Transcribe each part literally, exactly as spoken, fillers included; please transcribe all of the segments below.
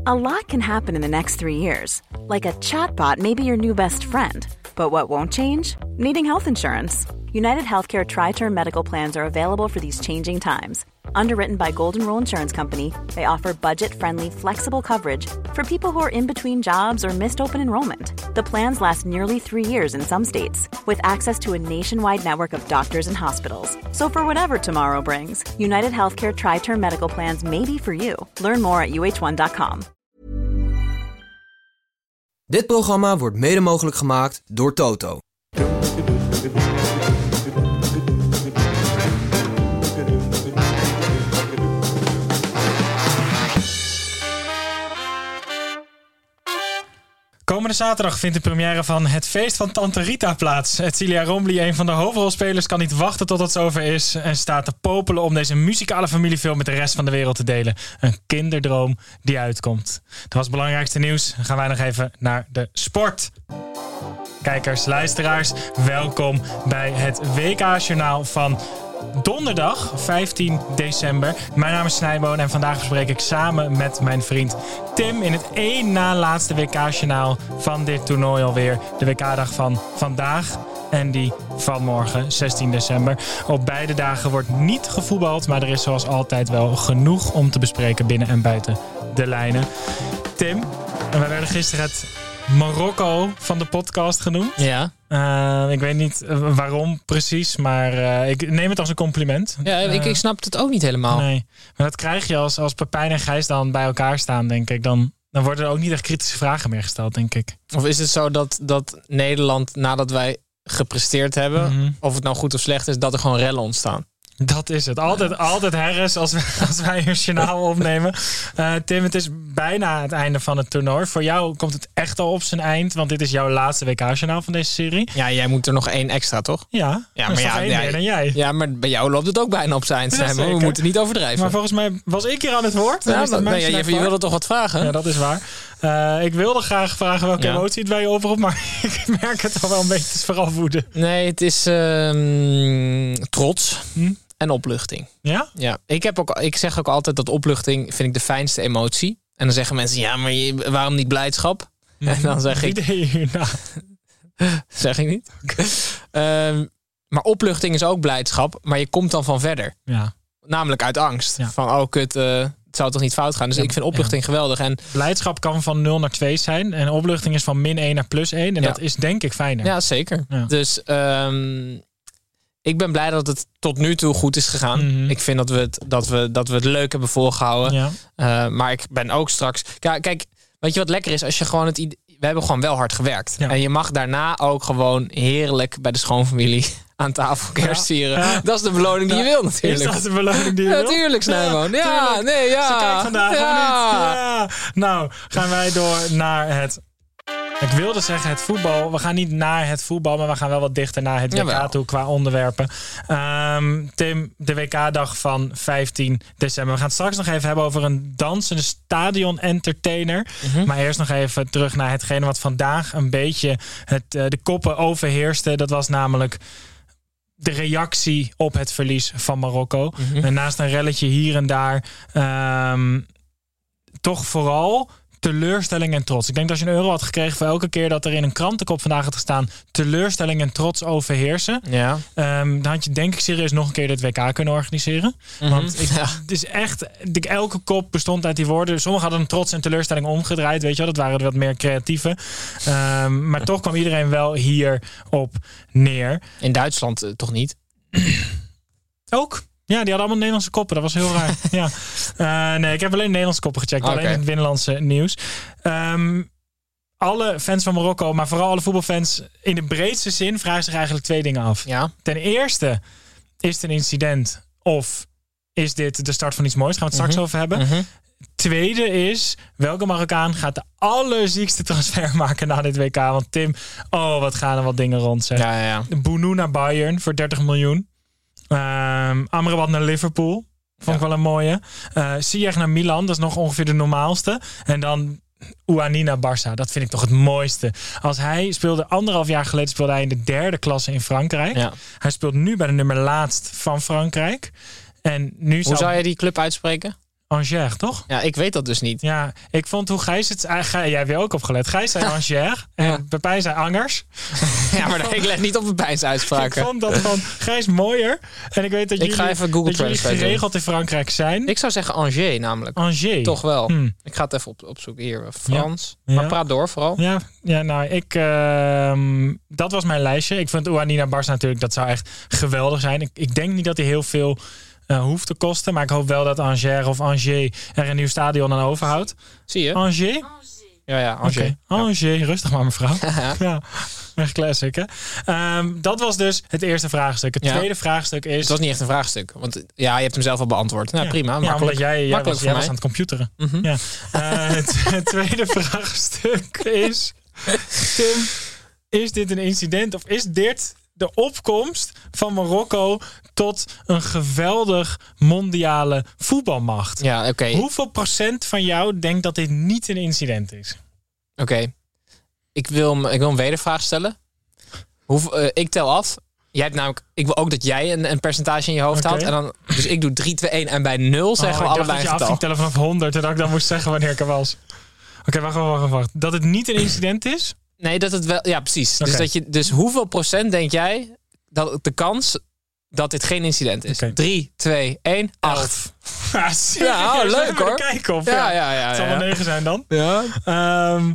A lot can happen in the next three years. Like a chatbot may be your new best friend. But what won't change? Needing health insurance. United Healthcare Tri-Term Medical Plans are available for these changing times. Underwritten by Golden Rule Insurance Company, they offer budget-friendly, flexible coverage for people who are in between jobs or missed open enrollment. The plans last nearly three years in some states, with access to a nationwide network of doctors and hospitals. So for whatever tomorrow brings, United Healthcare Tri-Term Medical Plans may be for you. Learn more at U H one dot com. Dit programma wordt mede mogelijk gemaakt door Toto. Komende zaterdag vindt de première van Het Feest van Tante Rita plaats. Etcilia Rombly, een van de hoofdrolspelers, kan niet wachten tot het zover is en staat te popelen om deze muzikale familiefilm met de rest van de wereld te delen. Een kinderdroom die uitkomt. Dat was het belangrijkste nieuws. Dan gaan wij nog even naar de sport. Kijkers, luisteraars, welkom bij het W K-journaal van donderdag vijftien december. Mijn naam is Snijboon en vandaag bespreek ik samen met mijn vriend Tim in het één na laatste W K-journaal van dit toernooi alweer. De W K-dag van vandaag en die van morgen, zestien december. Op beide dagen wordt niet gevoetbald, maar er is zoals altijd wel genoeg om te bespreken binnen en buiten de lijnen. Tim, en wij werden gisteren het Marokko van de podcast genoemd. Ja. Uh, ik weet niet waarom precies, maar uh, ik neem het als een compliment. Ja, ik, ik snap het ook niet helemaal. Nee, maar dat krijg je als, als Pepijn en Gijs dan bij elkaar staan, denk ik. Dan, dan worden er ook niet echt kritische vragen meer gesteld, denk ik. Of is het zo dat, dat Nederland, nadat wij gepresteerd hebben, mm-hmm. of het nou goed of slecht is, dat er gewoon rellen ontstaan? Dat is het. Altijd, altijd herres als, we, als wij een journaal opnemen. Uh, Tim, het is bijna het einde van het toernooi. Voor jou komt het echt al op zijn eind, want dit is jouw laatste W K-journaal van deze serie. Ja, jij moet er nog één extra, toch? Ja, ja maar ja, één ja, meer dan jij. Ja, maar bij jou loopt het ook bijna op zijn eind. Ja, we moeten niet overdrijven. Maar volgens mij was ik hier aan het woord. Ja, dat, nee, je, je wilde toch wat vragen? Ja, dat is waar. Uh, ik wilde graag vragen welke ja. emotie het bij je oproept, maar ik merk het al wel een beetje. Het is vooral woede. Nee, het is uh, trots. Hm? En opluchting. Ja? Ja. Ik, heb ook, ik zeg ook altijd dat opluchting vind ik de fijnste emotie. En dan zeggen mensen, ja, maar je, waarom niet blijdschap? Mm. En dan zeg ik... Nou. zeg ik niet. um, maar opluchting is ook blijdschap, maar je komt dan van verder. Ja. Namelijk uit angst. Ja. Van, oh kut, uh, het zou toch niet fout gaan. Dus ja, ik vind opluchting ja. geweldig. En blijdschap kan van nul naar twee zijn. En opluchting is van min één naar plus één. En ja. dat is denk ik fijner. Ja, zeker. Ja. Dus... Um, ik ben blij dat het tot nu toe goed is gegaan. Mm-hmm. Ik vind dat we, het, dat, we, dat we het leuk hebben volgehouden. Ja. Uh, maar ik ben ook straks... Kijk, kijk, weet je wat lekker is? Als je gewoon het... We hebben gewoon wel hard gewerkt. Ja. En je mag daarna ook gewoon heerlijk bij de schoonfamilie aan tafel kerst vieren. Ja. Ja. Dat is de beloning die ja. je wil natuurlijk. Is dat de beloning die je wil? Natuurlijk, Snijboon. Ja, ja, nee, ja. Ze kijkt vandaag ja. ja. Nou, gaan wij door naar het... Ik wilde zeggen het voetbal. We gaan niet naar het voetbal, maar we gaan wel wat dichter naar het W K Jawel. toe qua onderwerpen. Um, Tim, de W K-dag van vijftien december. We gaan het straks nog even hebben over een dansende stadion-entertainer. Mm-hmm. Maar eerst nog even terug naar hetgene wat vandaag een beetje het, uh, de koppen overheerste. Dat was namelijk de reactie op het verlies van Marokko. Mm-hmm. En naast een relletje hier en daar... Um, toch vooral... teleurstelling en trots. Ik denk dat als je een euro had gekregen voor elke keer dat er in een krantenkop vandaag had gestaan teleurstelling en trots overheersen. Ja. Um, dan had je denk ik serieus nog een keer dit W K kunnen organiseren. Mm-hmm. Want ik, ja. het is echt, ik, elke kop bestond uit die woorden. Sommigen hadden een trots en teleurstelling omgedraaid. Weet je wel, dat waren de wat meer creatieve. Um, maar toch kwam iedereen wel hier op neer. In Duitsland uh, toch niet? Ook. Ja, die hadden allemaal Nederlandse koppen. Dat was heel raar. ja. uh, nee, ik heb alleen Nederlandse koppen gecheckt. Okay. Alleen het binnenlandse nieuws. Um, alle fans van Marokko, maar vooral alle voetbalfans in de breedste zin vragen zich eigenlijk twee dingen af. Ja. Ten eerste, is het een incident of is dit de start van iets moois? Gaan we het straks mm-hmm. over hebben. Mm-hmm. Tweede is, welke Marokkaan gaat de allerziekste transfer maken na dit W K? Want Tim, oh, wat gaan er wat dingen rond zeg. Ja, ja, ja. Bounou naar Bayern voor dertig miljoen. Um, Amrabat naar Liverpool. Vond ja. ik wel een mooie. Uh, Ziyech naar Milan. Dat is nog ongeveer de normaalste. En dan Ouani naar Barça. Dat vind ik toch het mooiste. Als hij speelde anderhalf jaar geleden speelde hij in de derde klasse in Frankrijk. Ja. Hij speelt nu bij de nummer laatst van Frankrijk. En nu Hoe zou... zou je die club uitspreken? Angers, toch? Ja, ik weet dat dus niet. Ja, ik vond hoe Gijs het... Uh, Gij, jij hebt weer ook opgelet. Gijs zei Angers en ja. Pepijn zei Angers. Ja, maar ik let niet op Pepijn's uitspraken. Ik vond dat van Gijs mooier. En ik weet dat ik jullie, ga even Google dat jullie geregeld in Frankrijk zijn. Ik zou zeggen Angers namelijk. Angers. Toch wel. Hmm. Ik ga het even op, opzoeken hier. Frans. Ja. Maar ja. praat door vooral. Ja, ja nou, ik... Uh, dat was mijn lijstje. Ik vind Ouanina Barça natuurlijk, dat zou echt geweldig zijn. Ik, ik denk niet dat hij heel veel... Uh, hoeft te kosten. Maar ik hoop wel dat Angers of Angers er een nieuw stadion aan overhoudt. Zie je? Angers? Ja, ja, Angers. Okay. Angers, ja. Rustig maar mevrouw. ja. ja. Echt classic, hè? Um, dat was dus het eerste vraagstuk. Het ja. tweede vraagstuk is... Het was niet echt een vraagstuk. Want ja, je hebt hem zelf al beantwoord. Nou, ja. prima. Ja, omdat jij, jij, was, jij was aan het computeren. Mm-hmm. Ja. Uh, het, het tweede vraagstuk is... Tim, is dit een incident of is dit... de opkomst van Marokko tot een geweldig mondiale voetbalmacht. Ja, oké. Okay. Hoeveel procent van jou denkt dat dit niet een incident is? Oké. Okay. Ik, wil, ik wil een wedervraag stellen. Hoe, uh, ik tel af. Jij hebt namelijk, ik wil ook dat jij een, een percentage in je hoofd okay. haalt. En dan, dus ik doe drie, twee, één en bij nul zeggen oh, we allebei een getal. Ik dacht dat je af ging tellen vanaf honderd en dat ik dan moest zeggen wanneer ik er was. Oké, okay, wacht, wacht, wacht, wacht. Dat het niet een incident is? Nee, dat het wel... Ja, precies. Okay. Dus, dat je, dus hoeveel procent denk jij dat de kans dat dit geen incident is? Okay. drie, twee, één, acht. Ja, ja oh, leuk hoor. Kijken of, ja, ja, ja, ja, het zal wel ja. negen zijn dan. Ja. Um,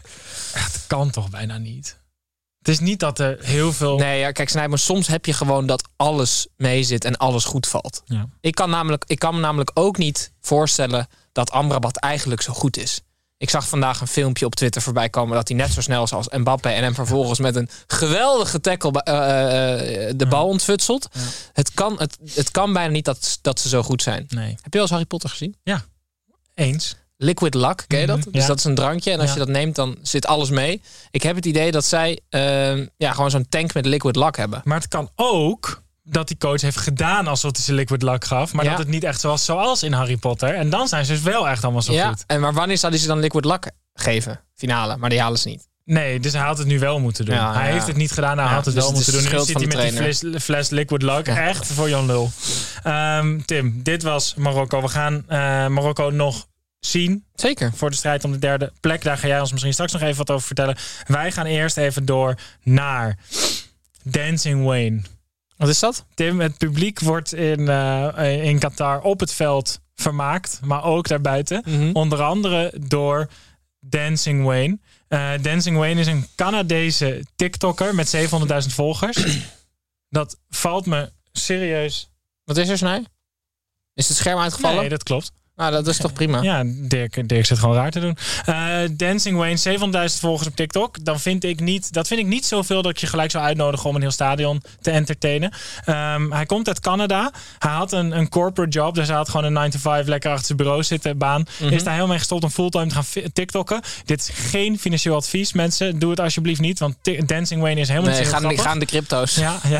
het kan toch bijna niet. Het is niet dat er heel veel... Nee, ja, kijk Snijboom, soms heb je gewoon dat alles mee zit en alles goed valt. Ja. Ik kan, namelijk, ik kan me namelijk ook niet voorstellen dat Amrabat eigenlijk zo goed is. Ik zag vandaag een filmpje op Twitter voorbij komen dat hij net zo snel is als Mbappé en hem vervolgens met een geweldige tackle uh, uh, de bal ontfutselt. Ja. Het, kan, het, het kan bijna niet dat, dat ze zo goed zijn. Nee. Heb je wel eens Harry Potter gezien? Ja, eens. Liquid luck, ken je dat? Mm-hmm, dus ja. dat is een drankje en als ja. je dat neemt, dan zit alles mee. Ik heb het idee dat zij uh, ja, gewoon zo'n tank met liquid luck hebben. Maar het kan ook dat die coach heeft gedaan alsof hij ze liquid luck gaf, maar ja. dat het niet echt zoals, zoals in Harry Potter. En dan zijn ze dus wel echt allemaal zo ja. goed. En maar wanneer zou hij ze dan liquid luck geven? Finale, maar die halen ze niet. Nee, dus hij had het nu wel moeten doen. Ja, hij ja. heeft het niet gedaan, hij ja, had het dus wel het moeten doen. Nu zit hij met trainer. die fles, fles liquid luck. Ja. Echt voor Jan Lul. Um, Tim, dit was Marokko. We gaan uh, Marokko nog zien. Zeker. Voor de strijd om de derde plek. Daar ga jij ons misschien straks nog even wat over vertellen. Wij gaan eerst even door naar Dancing Wayne. Wat is dat? Tim, het publiek wordt in, uh, in Qatar op het veld vermaakt. Maar ook daarbuiten. Mm-hmm. Onder andere door Dancing Wayne. Uh, Dancing Wayne is een Canadese TikToker met zevenhonderdduizend volgers. Dat valt me serieus... Wat is er, Snij? Is het scherm uitgevallen? Nee, dat klopt. Nou, dat is toch prima? Ja, Dirk, Dirk zit gewoon raar te doen. Uh, Dancing Wayne, zevenhonderdduizend volgers op TikTok. Dan vind ik niet, dat vind ik niet zoveel dat ik je gelijk zou uitnodigen om een heel stadion te entertainen. Um, hij komt uit Canada. Hij had een, een corporate job. Dus hij had gewoon een nine to five lekker achter zijn bureau zitten baan. Mm-hmm. Is daar heel mee gestopt om fulltime te gaan fi- TikTokken. Dit is geen financieel advies, mensen. Doe het alsjeblieft niet. Want t- Dancing Wayne is helemaal nee, niet zo gaan, gaan de crypto's. Ja, ja.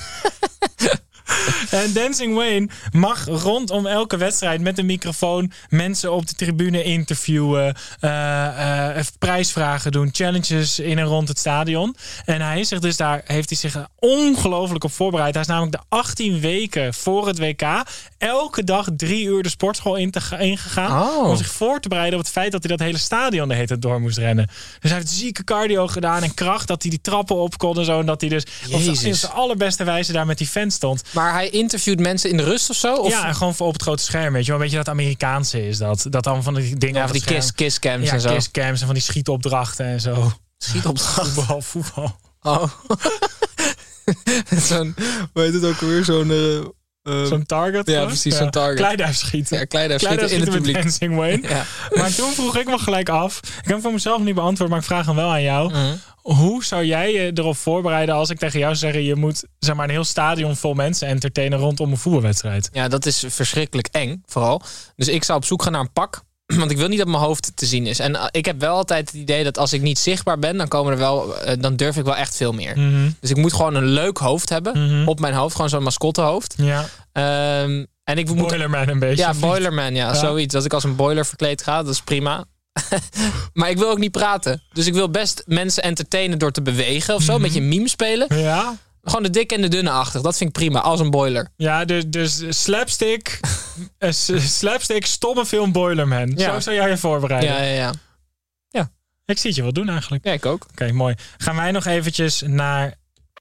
En Dancing Wayne mag rondom elke wedstrijd met een microfoon mensen op de tribune interviewen, uh, uh, prijsvragen doen, challenges in en rond het stadion. En hij is zich dus daar, heeft hij zich ongelooflijk op voorbereid. Hij is namelijk de achttien weken voor het W K elke dag drie uur de sportschool in te, ingegaan oh. om zich voor te bereiden op het feit dat hij dat hele stadion de hele tijd door moest rennen. Dus hij heeft zieke cardio gedaan en kracht, dat hij die trappen op kon en zo. En dat hij dus Jezus. op zijn allerbeste wijze daar met die fans stond. Maar hij interviewt mensen in de rust of zo? Of? Ja, en gewoon voor op het grote scherm. Weet je wel, een beetje dat Amerikaanse is dat. Dat allemaal van die dingen ja, op van die kiss, kisscams ja, en zo. kisscams en van die schietopdrachten en zo. Schietopdrachten? Voetbal, voetbal. Oh. zo'n, hoe heet het ook weer? Zo'n... Uh, uh, zo'n target? Ja, precies, ja. zo'n target. Kleiduif schieten. Ja, kleiduif schieten in het publiek. Dancing Wayne. Ja. Maar toen vroeg ik me gelijk af. Ik heb hem voor mezelf niet beantwoord, maar ik vraag hem wel aan jou. Mm-hmm. Hoe zou jij je erop voorbereiden als ik tegen jou zou zeggen, je moet zeg maar een heel stadion vol mensen entertainen rondom een voetbalwedstrijd? Ja, dat is verschrikkelijk eng, vooral. Dus ik zou op zoek gaan naar een pak. Want ik wil niet dat mijn hoofd te zien is. En uh, ik heb wel altijd het idee dat als ik niet zichtbaar ben, dan komen er wel, uh, dan durf ik wel echt veel meer. Mm-hmm. Dus ik moet gewoon een leuk hoofd hebben mm-hmm. op mijn hoofd, gewoon zo'n mascottehoofd. Ja. Um, en ik moet Boilerman een beetje. Ja, Boilerman, ja, ja, zoiets. Dat ik als een boiler verkleed ga, dat is prima. Maar ik wil ook niet praten. Dus ik wil best mensen entertainen door te bewegen of zo, mm-hmm. een beetje meme spelen. Ja. Gewoon de dikke en de dunne achtig. Dat vind ik prima, als een boiler. Ja, dus, dus slapstick, uh, slapstick, stomme film Boilerman. Ja. Zo zou jij je voorbereiden. Ja, ja, ja. ja. Ik zie het je wel doen eigenlijk. Ja, ik ook. Oké, okay, mooi. Gaan wij nog eventjes naar...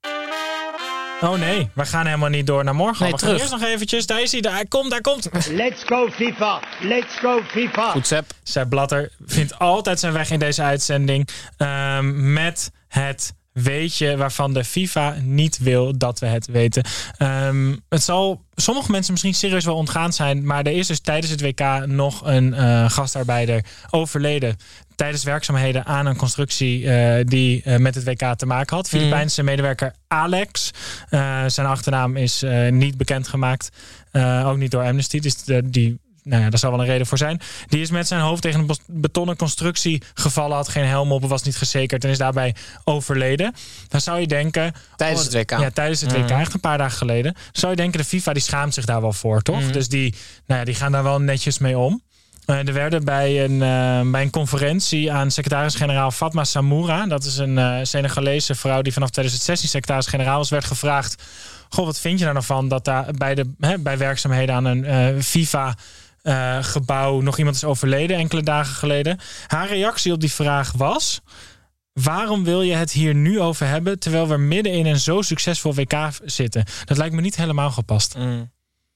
Oh nee, we gaan helemaal niet door naar morgen. Nee, we terug. gaan eerst nog eventjes. Daar is hij, daar komt, daar komt. Let's go FIFA, let's go FIFA. Goed, Sepp. Sepp Blatter vindt altijd zijn weg in deze uitzending. Um, met het weetje waarvan de FIFA niet wil dat we het weten. Um, het zal sommige mensen misschien serieus wel ontgaan zijn, maar er is dus tijdens het W K nog een uh, gastarbeider overleden tijdens werkzaamheden aan een constructie uh, die uh, met het W K te maken had. Filipijnse mm. medewerker Alex. Uh, zijn achternaam is uh, niet bekendgemaakt. Uh, ook niet door Amnesty. Dus de, die... Nou ja, daar zal wel een reden voor zijn. Die is met zijn hoofd tegen een betonnen constructie gevallen. Had geen helm op, was niet gezekerd en is daarbij overleden. Dan zou je denken... Tijdens het W K. Ja, tijdens het mm. W K. Echt een paar dagen geleden. Dan zou je denken, de FIFA die schaamt zich daar wel voor, toch? Mm. Dus die, nou ja, die gaan daar wel netjes mee om. Uh, er werden bij een, uh, bij een conferentie aan secretaris-generaal Fatma Samoura... dat is een uh, Senegalese vrouw die vanaf twintig zestien secretaris-generaal was... werd gevraagd, goh, wat vind je daar nou van... dat daar bij, de, hè, bij werkzaamheden aan een uh, FIFA... Uh, gebouw nog iemand is overleden enkele dagen geleden. Haar reactie op die vraag was... waarom wil je het hier nu over hebben... terwijl we midden in een zo succesvol W K zitten? Dat lijkt me niet helemaal gepast. Mm.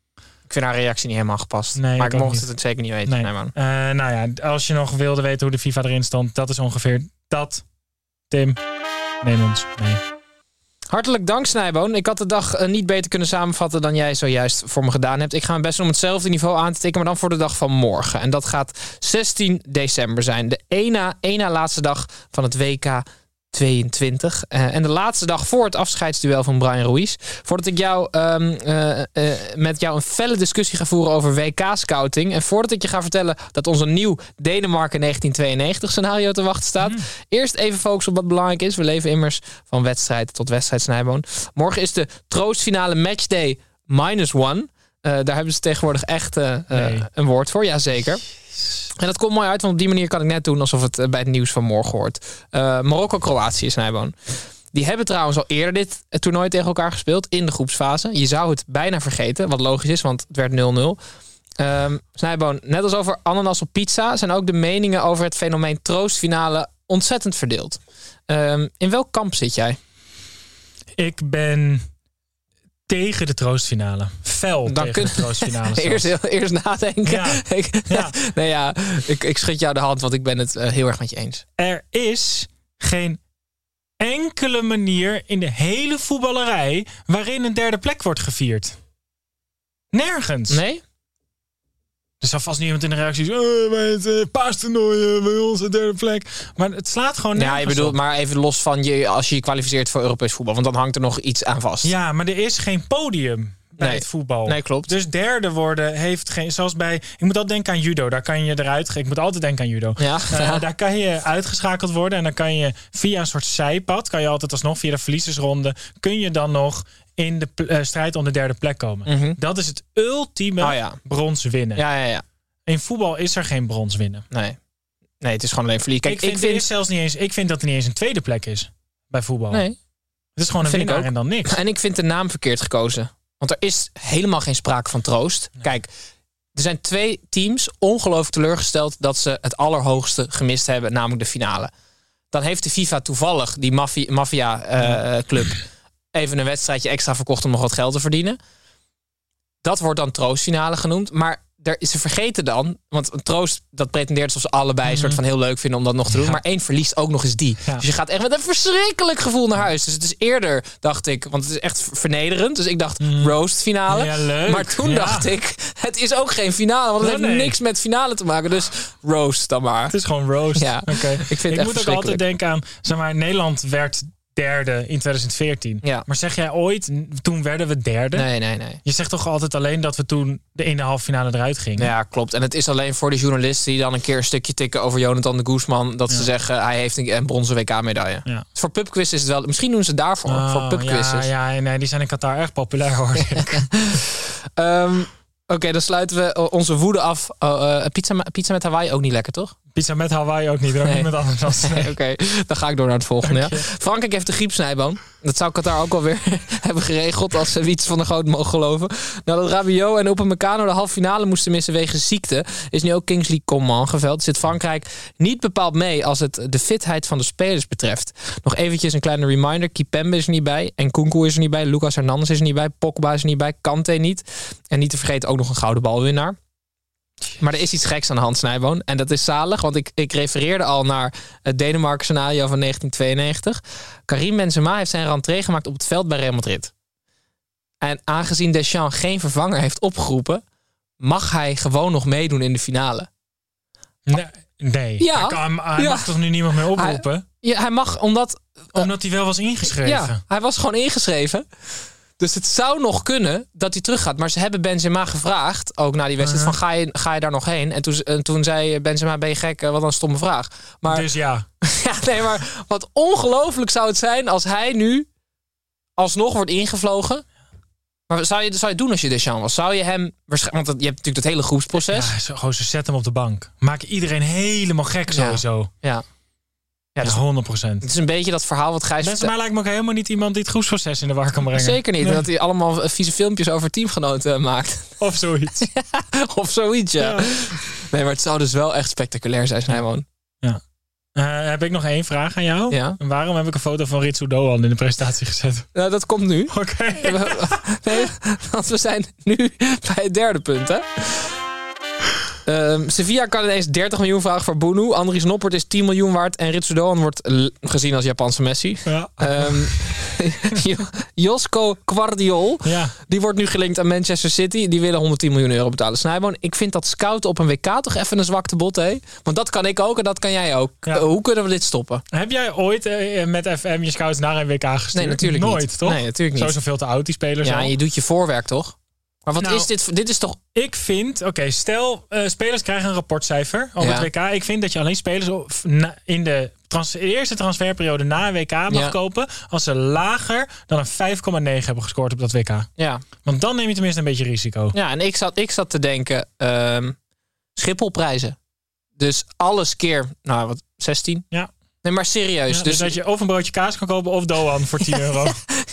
Ik vind haar reactie niet helemaal gepast. Nee, maar ik, ik mocht niet. het zeker niet weten. Nee. Nee, man. Uh, nou ja, als je nog wilde weten hoe de FIFA erin stond... dat is ongeveer dat. Tim, neem ons mee. Hartelijk dank, Snijboon. Ik had de dag uh, niet beter kunnen samenvatten dan jij zojuist voor me gedaan hebt. Ik ga mijn best doen om hetzelfde niveau aan te tikken, maar dan voor de dag van morgen. En dat gaat zestien december zijn. De één na, één na laatste dag van het W K tweeëntwintig. Uh, en de laatste dag voor het afscheidsduel van Brian Ruiz. Voordat ik jou um, uh, uh, met jou een felle discussie ga voeren over W K-scouting. En voordat ik je ga vertellen dat ons een nieuw Denemarken negentien tweeënnegentig scenario te wachten staat. Mm. Eerst even focussen op wat belangrijk is. We leven immers van wedstrijd tot wedstrijd, Snijboon. Morgen is de troostfinale matchday minus one. Uh, daar hebben ze tegenwoordig echt uh, nee. uh, een woord voor. Jazeker. En dat komt mooi uit, want op die manier kan ik net doen alsof het bij het nieuws van morgen hoort. Uh, Marokko-Kroatië, Snijboon. Die hebben trouwens al eerder dit toernooi tegen elkaar gespeeld in de groepsfase. Je zou het bijna vergeten, wat logisch is, want het werd nul nul. Um, Snijboon, net als over ananas op pizza zijn ook de meningen over het fenomeen troostfinale ontzettend verdeeld. Um, in welk kamp zit jij? Ik ben... tegen de troostfinale. Fel Dan tegen kun... de troostfinale. eerst, eerst nadenken. Ja. ik, ja. nee, ja, ik, ik schud jou de hand, want ik ben het uh, heel erg met je eens. Er is geen enkele manier in de hele voetballerij... waarin een derde plek wordt gevierd. Nergens. Nee? Er zal vast niet iemand in de reactie zeggen... Oh, bij het uh, paastoernooi bij ons een derde plek. Maar het slaat gewoon nergens Ja, je bedoelt op. maar even los van je als je je kwalificeert voor Europees voetbal. Want dan hangt er nog iets aan vast. Ja, maar er is geen podium bij nee. het voetbal. Nee, klopt. Dus derde worden heeft geen... Zoals bij... Ik moet altijd denken aan judo. Daar kan je eruit... Ik moet altijd denken aan judo. Ja, uh, ja. Daar kan je uitgeschakeld worden. En dan kan je via een soort zijpad... kan je altijd alsnog via de verliezersronde... kun je dan nog in de uh, strijd om de derde plek komen. Mm-hmm. Dat is het ultieme oh, ja. brons winnen. Ja, ja, ja. In voetbal is er geen brons winnen. Nee. Nee, het is gewoon alleen verliezen. Kijk, ik vind, ik vind... Het zelfs niet eens, ik vind dat er niet eens een tweede plek is bij voetbal. Nee. Het is gewoon een winnaar en dan niks. En ik vind de naam verkeerd gekozen. Want er is helemaal geen sprake van troost. Nee. Kijk, er zijn twee teams ongelooflijk teleurgesteld... dat ze het allerhoogste gemist hebben, namelijk de finale. Dan heeft de FIFA toevallig, die maffia-club... Uh, even een wedstrijdje extra verkocht om nog wat geld te verdienen. Dat wordt dan troostfinale genoemd. Maar er, ze vergeten dan, want een troost, dat pretendeert alsof ze allebei een soort van heel leuk vinden om dat nog te doen. Ja. Maar één verliest ook nog eens die. Ja. Dus je gaat echt met een verschrikkelijk gevoel naar huis. Dus het is eerder, dacht ik, want het is echt vernederend. Dus ik dacht, mm. roast finale. Ja, leuk. Maar toen ja. dacht ik, het is ook geen finale. Want het nee, heeft nee. niks met finale te maken. Dus roast dan maar. Het is gewoon roast. Ja. Okay. Ik, vind ik het moet ook altijd denken aan, zeg maar, Nederland werd derde in twintig veertien. Ja. Maar zeg jij ooit, toen werden we derde? Nee, nee, nee. Je zegt toch altijd alleen dat we toen de ene halve finale eruit gingen? Ja, klopt. En het is alleen voor de journalisten die dan een keer een stukje tikken over Jonathan de Guzman, dat ja. ze zeggen, hij heeft een, een bronzen W K-medaille. Ja. Voor pubquiz is het wel, misschien doen ze daarvoor, oh, voor pubquizzes. Ja, ja, nee, die zijn in Qatar erg populair, hoor ik. um, Oké, okay, dan sluiten we onze woede af. Uh, uh, pizza, pizza met Hawaii ook niet lekker, toch? Pizza met Hawaii ook niet. Er ook Nee. niemand anders was. Nee, Oké, okay. Dan ga ik door naar het volgende. Ja. Okay. Frankrijk heeft de griepsnijboom. Dat zou Qatar ook alweer hebben geregeld... als ze iets van de Groot mogen geloven. Nadat Rabiot en Upamecano de halve finale moesten missen wegens ziekte... is nu ook Kingsley Coman geveld. Zit Frankrijk niet bepaald mee als het de fitheid van de spelers betreft. Nog eventjes een kleine reminder. Kipembe is er niet bij. Nkunku is er niet bij. Lucas Hernandez is er niet bij. Pogba is er niet bij. Kanté niet. En niet te vergeten ook nog een gouden balwinnaar. Maar er is iets geks aan de hand, Snijboon. En dat is zalig, want ik, ik refereerde al naar het Denemarken scenario van negentien tweeënnegentig. Karim Benzema heeft zijn rentree gemaakt op het veld bij Real Madrid. En aangezien Deschamps geen vervanger heeft opgeroepen... mag hij gewoon nog meedoen in de finale. Nee, nee. Ja. hij, kan, hij Ja. mag toch nu niemand meer oproepen? Hij, ja, hij mag, omdat... Omdat hij wel was ingeschreven. Ja, hij was gewoon ingeschreven. Dus het zou nog kunnen dat hij teruggaat. Maar ze hebben Benzema gevraagd, ook na die wedstrijd, Uh-huh. van ga je, ga je daar nog heen? En toen, en toen zei Benzema, ben je gek? Wat een stomme vraag. Maar, Dus ja. ja, nee, maar wat ongelooflijk zou het zijn als hij nu alsnog wordt ingevlogen. Maar zou je, zou je het doen als je Deschamps was? Zou je hem... Want je hebt natuurlijk dat hele groepsproces. Ja, zo, gewoon, ze zet hem op de bank. Maak iedereen helemaal gek sowieso. Ja. Ja, Ja, dus honderd procent. het is een beetje dat verhaal wat Gijs... Benzema lijkt me ook helemaal niet iemand die het groepsproces in de war kan brengen. Zeker niet. Nee. En dat hij allemaal vieze filmpjes over teamgenoten uh, maakt. Of zoiets. Of zoiets, ja. Ja. Nee, maar het zou dus wel echt spectaculair zijn, Snijboon. Ja. Uh, heb ik nog één vraag aan jou? Ja. Waarom heb ik een foto van Ritsu Doan in de presentatie gezet? Nou, dat komt nu. Oké. Okay. Nee, want we zijn nu bij het derde punt, hè. Um, Sevilla kan ineens dertig miljoen vragen voor Bounu. Andries Noppert is tien miljoen waard. En Ritsu Doan wordt l- gezien als Japanse Messi. Ja. Um, Josko Guardiol. Ja. Die wordt nu gelinkt aan Manchester City. Die willen honderdtien miljoen euro betalen. Snijboon, ik vind dat scouten op een W K toch even een zwakte bot, hè? Want dat kan ik ook en dat kan jij ook. Ja. Uh, hoe kunnen we dit stoppen? Heb jij ooit uh, met F M je scouts naar een W K gestuurd? Nee, natuurlijk Nooit, niet. toch? Nee, natuurlijk niet. Zo zoveel te oud, die spelers Ja, al. en je doet je voorwerk, toch? Maar wat Nou, is dit? Dit is toch... Ik vind, oké, okay, stel, uh, spelers krijgen een rapportcijfer op Ja. het W K. Ik vind dat je alleen spelers op, na, in de trans, eerste transferperiode na een W K mag Ja. kopen als ze lager dan een vijf komma negen hebben gescoord op dat W K. Ja. Want dan neem je tenminste een beetje risico. Ja, en ik zat, ik zat te denken... Um, Schipholprijzen. Dus alles keer, nou wat, zestien? Ja. Nee, maar serieus. Ja, dus, dus dat je of een broodje kaas kan kopen of Doan voor tien euro.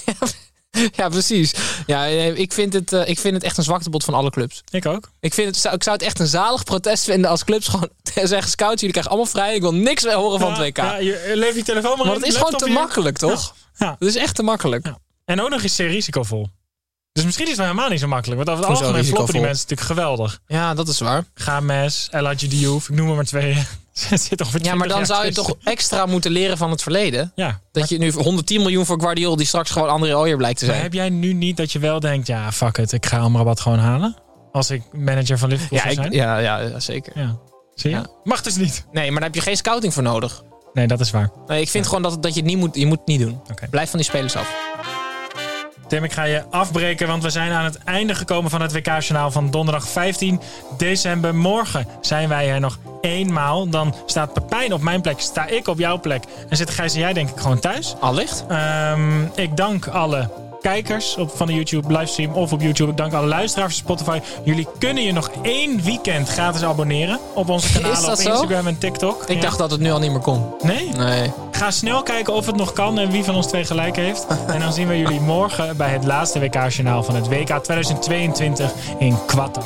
Ja, precies. Ja, ik vind, het, uh, ik vind het echt een zwaktebod van alle clubs. Ik ook. Ik, vind het, ik zou het echt een zalig protest vinden als clubs gewoon zeggen... scouts, jullie krijgen allemaal vrij. Ik wil niks meer horen van Ja, het W K. Ja, je, leef je telefoon maar Want in, het is gewoon laptop te hier. makkelijk, toch? Ja. Ja. Het is echt te makkelijk. Ja. En ook nog eens zeer risicovol. Dus misschien is het wel helemaal niet zo makkelijk. Want over het Hoezo algemeen floppen die risicovol? mensen natuurlijk geweldig. Ja, dat is waar. Games, El Hadji Diouf, ik noem er maar twee. Zit toch Ja, maar dan zou je toch extra moeten leren van het verleden. Ja. Dat je nu honderdtien miljoen voor Guardiol... die straks gewoon André Ooyer blijkt te Maar zijn. heb jij nu niet dat je wel denkt... ja, fuck it, ik ga Amrabat gewoon halen? Als ik manager van Liverpool Ja, zou ik, zijn? ja, ja, zeker. Ja. Zie je? Ja. Mag dus niet. Nee, maar daar heb je geen scouting voor nodig. Nee, dat is waar. Nee, ik vind gewoon dat, dat je het niet moet, je moet het niet doen. Okay. Blijf van die spelers af. Tim, ik ga je afbreken, want we zijn aan het einde gekomen van het W K-journaal van donderdag vijftien december. Morgen zijn wij er nog eenmaal. Dan staat Pepijn op mijn plek, sta ik op jouw plek. En zitten Gijs en jij denk ik gewoon thuis. Allicht. Um, ik dank alle kijkers op, van de YouTube livestream of op YouTube. Ik dank alle luisteraars van Spotify. Jullie kunnen je nog één weekend gratis abonneren op onze kanalen op zo? Instagram en TikTok. Ik Ja. dacht dat het nu al niet meer kon. Nee? Nee. Ga snel kijken of het nog kan en wie van ons twee gelijk heeft. En dan zien we jullie morgen bij het laatste W K-journaal van het W K tweeduizend tweeëntwintig in Qatar.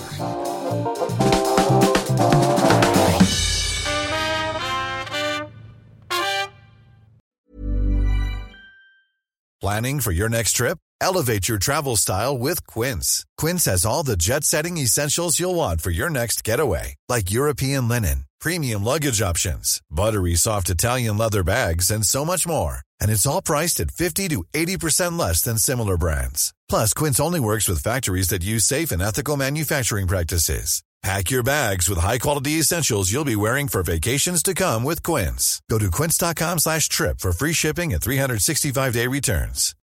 Planning for your next trip? Elevate your travel style with Quince. Quince has all the jet-setting essentials you'll want for your next getaway, like European linen, premium luggage options, buttery soft Italian leather bags, and so much more. And it's all priced at fifty to eighty percent less than similar brands. Plus, Quince only works with factories that use safe and ethical manufacturing practices. Pack your bags with high-quality essentials you'll be wearing for vacations to come with Quince. Go to quince dot com slash trip for free shipping and three sixty-five day returns.